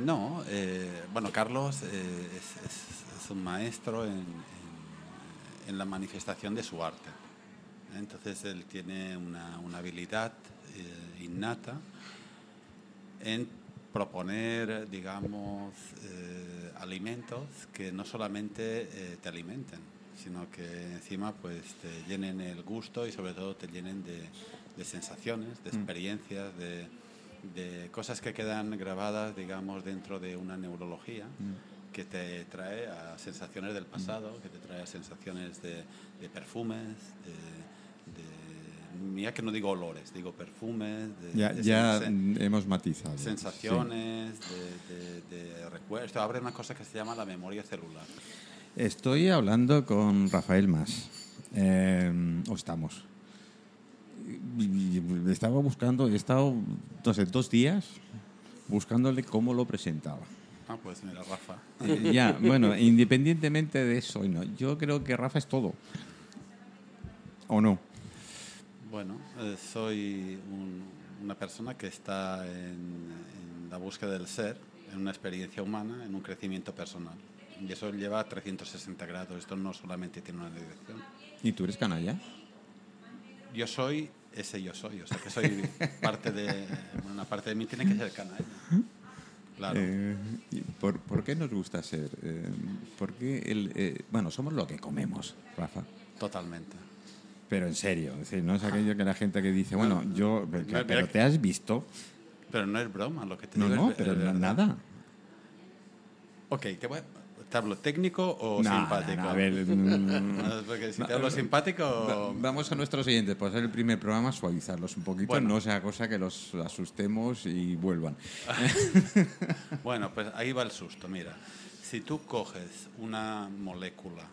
No, bueno, Carlos es un maestro en la manifestación de su arte. Entonces él tiene una habilidad innata en proponer, digamos, alimentos que no solamente te alimenten, sino que encima pues te llenen el gusto y sobre todo te llenen de sensaciones, de experiencias, de cosas que quedan grabadas, digamos, dentro de una neurología que te trae a sensaciones del pasado, que te trae a sensaciones de perfumes, mira que no digo olores, digo perfumes, Ya hemos matizado. Sensaciones, sí. de recuerdos. Esto abre una cosa que se llama la memoria celular. Estoy hablando con Rafael Mas. O estamos. Estaba buscando, he estado, no sé, 2 días buscándole cómo lo presentaba. Ah, pues mira, Rafa. Ya, bueno, independientemente de eso, no, yo creo que Rafa es todo. ¿O no? Bueno, soy una persona que está en la búsqueda del ser, en una experiencia humana, en un crecimiento personal. Y eso lleva 360 grados. Esto no solamente tiene una dirección. ¿Y tú eres canalla? Yo soy ese yo soy. O sea, que soy parte de... Una parte de mí tiene que ser canalla. Claro. ¿Por qué nos gusta ser? ¿Por qué bueno, somos lo que comemos, Rafa. Totalmente. Pero en serio, es decir, no es aquello que la gente que dice, bueno, pero te has visto. Pero no es broma lo que te digo. No, pero nada. Ok, ¿te hablo técnico o simpático? A ver, porque si te hablo simpático... Vamos a nuestros oyentes, pues el primer programa, suavizarlos un poquito, bueno. No sea cosa que los asustemos y vuelvan. Bueno, pues ahí va el susto. Mira, si tú coges una molécula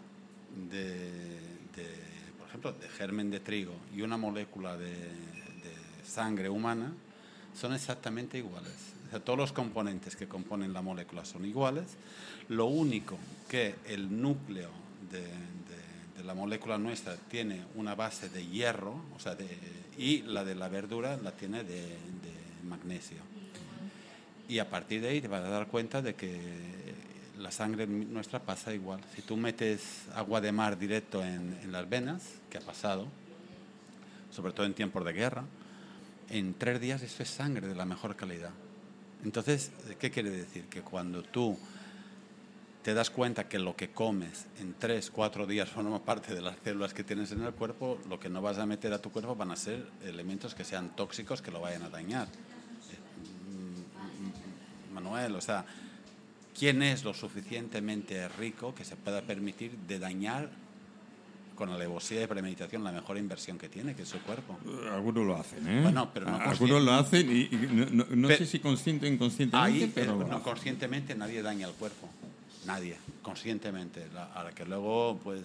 por ejemplo, de germen de trigo y una molécula de sangre humana, son exactamente iguales. O sea, todos los componentes que componen la molécula son iguales. Lo único que el núcleo de la molécula nuestra tiene una base de hierro, o sea, y la de la verdura la tiene de magnesio. Y a partir de ahí te vas a dar cuenta de que la sangre nuestra pasa igual. Si tú metes agua de mar directo en las venas, que ha pasado, sobre todo en tiempos de guerra, en 3 días eso es sangre de la mejor calidad. Entonces, ¿qué quiere decir? Que cuando tú te das cuenta que lo que comes en 3-4 días forma parte de las células que tienes en el cuerpo, lo que no vas a meter a tu cuerpo van a ser elementos que sean tóxicos, que lo vayan a dañar. Manuel, o sea, ¿quién es lo suficientemente rico que se pueda permitir de dañar con alevosía y premeditación la mejor inversión que tiene, que es su cuerpo? Algunos lo hacen, ¿eh? Bueno, pero no algunos lo hacen y no sé si consciente o inconscientemente, pero no conscientemente nadie daña el cuerpo. Nadie, conscientemente. Ahora que luego, pues,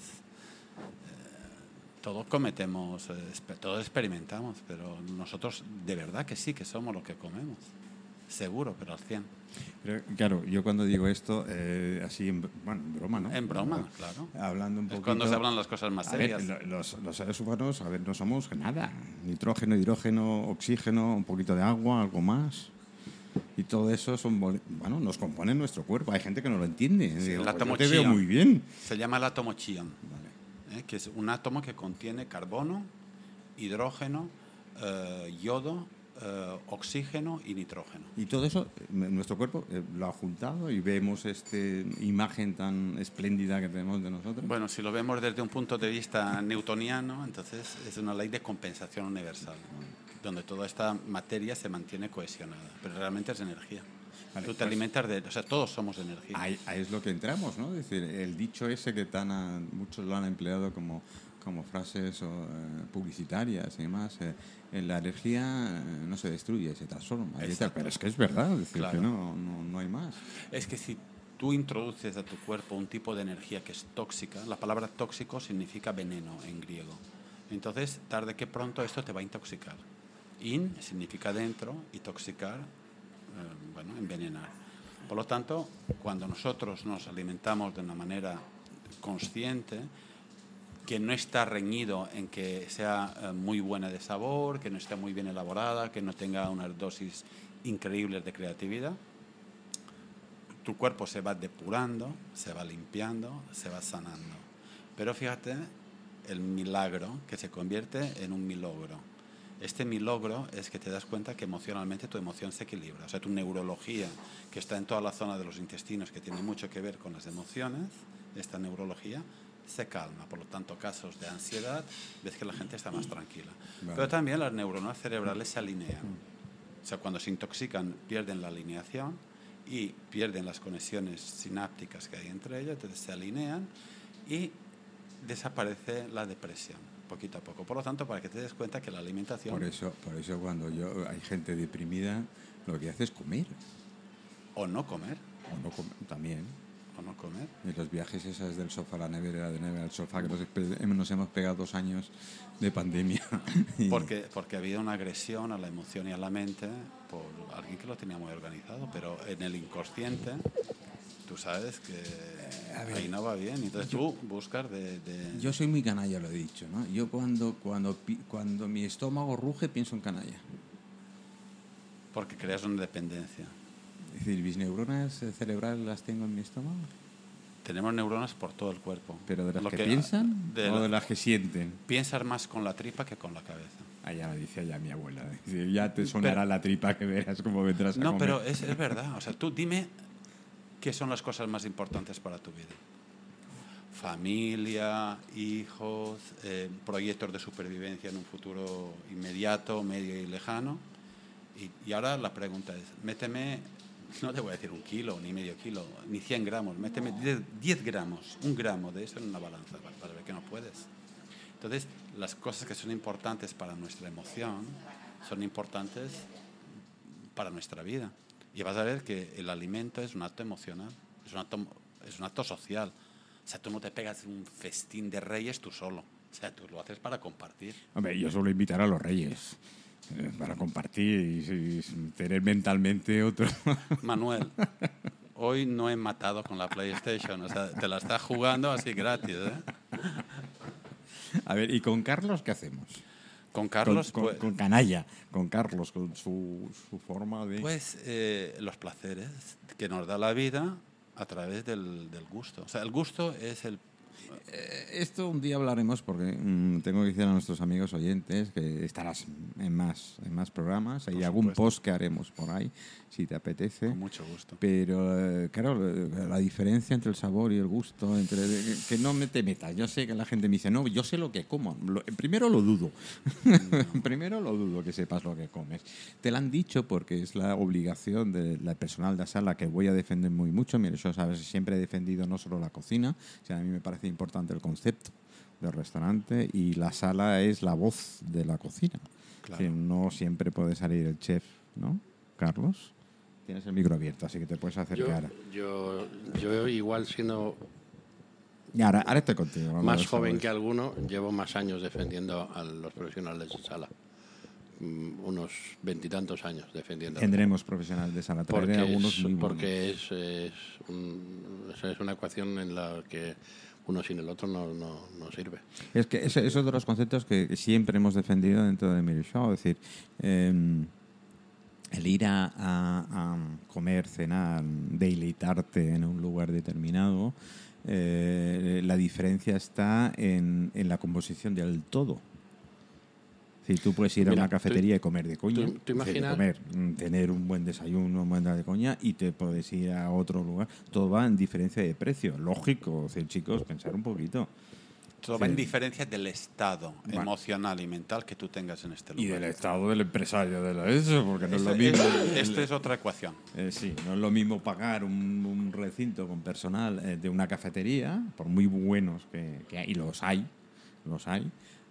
todos cometemos, todos experimentamos, pero nosotros de verdad que sí que somos lo que comemos. Seguro, pero al 100. Pero, claro, yo cuando digo esto, así en broma, ¿no? En broma, claro. Hablando un poquito... Es cuando se hablan las cosas más serias. Ver, los seres humanos, no somos nada. Nitrógeno, hidrógeno, oxígeno, un poquito de agua, algo más. Y todo eso nos compone nuestro cuerpo. Hay gente que no lo entiende. Sí, el átomo yo te veo muy bien. Se llama el átomo chión, vale. Que es un átomo que contiene carbono, hidrógeno, yodo, oxígeno y nitrógeno. Y todo eso, nuestro cuerpo lo ha juntado y vemos esta imagen tan espléndida que tenemos de nosotros. Bueno, si lo vemos desde un punto de vista newtoniano, entonces es una ley de compensación universal, ¿no? Donde toda esta materia se mantiene cohesionada, pero realmente es energía. Vale, tú te alimentas o sea, todos somos energía. Ahí es lo que entramos, ¿no? Es decir, el dicho ese que muchos lo han empleado como frases publicitarias y demás, la energía no se destruye, se transforma. Pero es que es verdad, es decir, claro, que no hay más. Es que si tú introduces a tu cuerpo un tipo de energía que es tóxica, la palabra tóxico significa veneno en griego. Entonces, tarde que pronto esto te va a intoxicar. In significa dentro y toxicar, envenenar. Por lo tanto, cuando nosotros nos alimentamos de una manera consciente, que no está reñido en que sea muy buena de sabor, que no esté muy bien elaborada, que no tenga unas dosis increíbles de creatividad, tu cuerpo se va depurando, se va limpiando, se va sanando. Pero fíjate el milagro que se convierte en un milogro. Este milogro es que te das cuenta que emocionalmente tu emoción se equilibra. O sea, tu neurología, que está en toda la zona de los intestinos, que tiene mucho que ver con las emociones, esta neurología se calma. Por lo tanto, casos de ansiedad, ves que la gente está más tranquila. Vale. Pero también las neuronas cerebrales se alinean. O sea, cuando se intoxican, pierden la alineación y pierden las conexiones sinápticas que hay entre ellas, entonces se alinean y desaparece la depresión, poquito a poco. Por lo tanto, para que te des cuenta que la alimentación... Por eso cuando hay gente deprimida, lo que hace es comer. O no comer. También. O no comer. Y los viajes esas del sofá a la nevera, de nevera al sofá, que nos hemos pegado 2 años de pandemia. Porque había una agresión a la emoción y a la mente por alguien que lo tenía muy organizado, pero en el inconsciente... Tú sabes que ahí no va bien, entonces tú buscas de... Yo soy muy canalla, lo he dicho, ¿no? Yo cuando mi estómago ruge pienso en canalla. Porque creas una dependencia. Es decir, ¿mis neuronas cerebrales las tengo en mi estómago? Tenemos neuronas por todo el cuerpo. ¿Pero de las que piensan o de las que sienten? Piensas más con la tripa que con la cabeza. Ya lo dice mi abuela. Es decir, ya te sonará la tripa que verás cómo vendrás a comer. No, pero es verdad. O sea, tú dime... ¿Qué son las cosas más importantes para tu vida? Familia, hijos, proyectos de supervivencia en un futuro inmediato, medio y lejano. Y ahora la pregunta es, méteme, no te voy a decir 1 kilo, ni medio kilo, ni 100 gramos, méteme 10 gramos, 1 gramo de eso en una balanza para ver que no puedes. Entonces, las cosas que son importantes para nuestra emoción son importantes para nuestra vida. Y vas a ver que el alimento es un acto emocional, es un acto social. O sea, tú no te pegas un festín de reyes tú solo. O sea, tú lo haces para compartir. Hombre, yo suelo invitar a los reyes para compartir y tener mentalmente otro. Manuel, hoy no he matado con la PlayStation. O sea, te la estás jugando así gratis, ¿eh? A ver, ¿y con Carlos qué hacemos? Con Carlos, con canalla, con Carlos, con su forma de... Pues los placeres que nos da la vida a través del gusto. O sea, el gusto es el... Esto un día hablaremos porque tengo que decir a nuestros amigos oyentes que estarás en más programas. Hay algún post que haremos por ahí, si te apetece. Con mucho gusto. Pero, claro, la diferencia entre el sabor y el gusto, que no te metas. Yo sé que la gente me dice, no, yo sé lo que como. Primero lo dudo. No. Primero lo dudo que sepas lo que comes. Te lo han dicho porque es la obligación del personal de la sala que voy a defender muy mucho. Mira, yo sabes, siempre he defendido no solo la cocina, o sea, a mí me parece importante el concepto del restaurante y la sala es la voz de la cocina. Claro. No siempre puede salir el chef, ¿no, Carlos? Tienes el micro abierto, así que te puedes acercar. Yo igual siendo y ahora estoy contigo. Más joven que alguno, llevo más años defendiendo a los profesionales de sala. Unos 20 y tantos años defendiendo. Tendremos profesionales de sala, traeré algunos muy buenos. Porque es una ecuación en la que uno sin el otro no sirve. Es que eso es de los conceptos que siempre hemos defendido dentro de Mirror Show, es decir, el ir a comer, cenar, deleitarte en un lugar determinado, la diferencia está en la composición del todo. Si tú puedes ir a una cafetería y comer de coña, tener un buen desayuno, un buen de coña, y te puedes ir a otro lugar. Todo va en diferencia de precio. Lógico, chicos, pensar un poquito. Todo va en diferencia del estado emocional y mental que tú tengas en este lugar. Y del estado del empresario de eso, porque no es lo mismo. Esta es otra ecuación. Sí, no es lo mismo pagar un recinto con personal de una cafetería, por muy buenos que hay, y los hay,